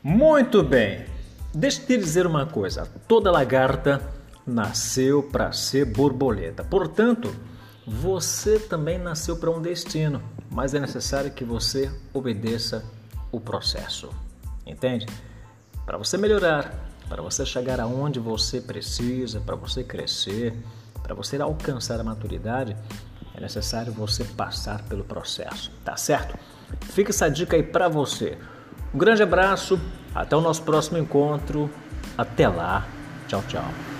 Muito bem. Deixa eu te dizer uma coisa. Toda lagarta nasceu para ser borboleta. Portanto, você também nasceu para um destino, mas é necessário que você obedeça o processo. Entende? Para você melhorar, para você chegar aonde você precisa, para você crescer, para você alcançar a maturidade, é necessário você passar pelo processo, tá certo? Fica essa dica aí para você. Um grande abraço, até o nosso próximo encontro. Até lá, tchau, tchau.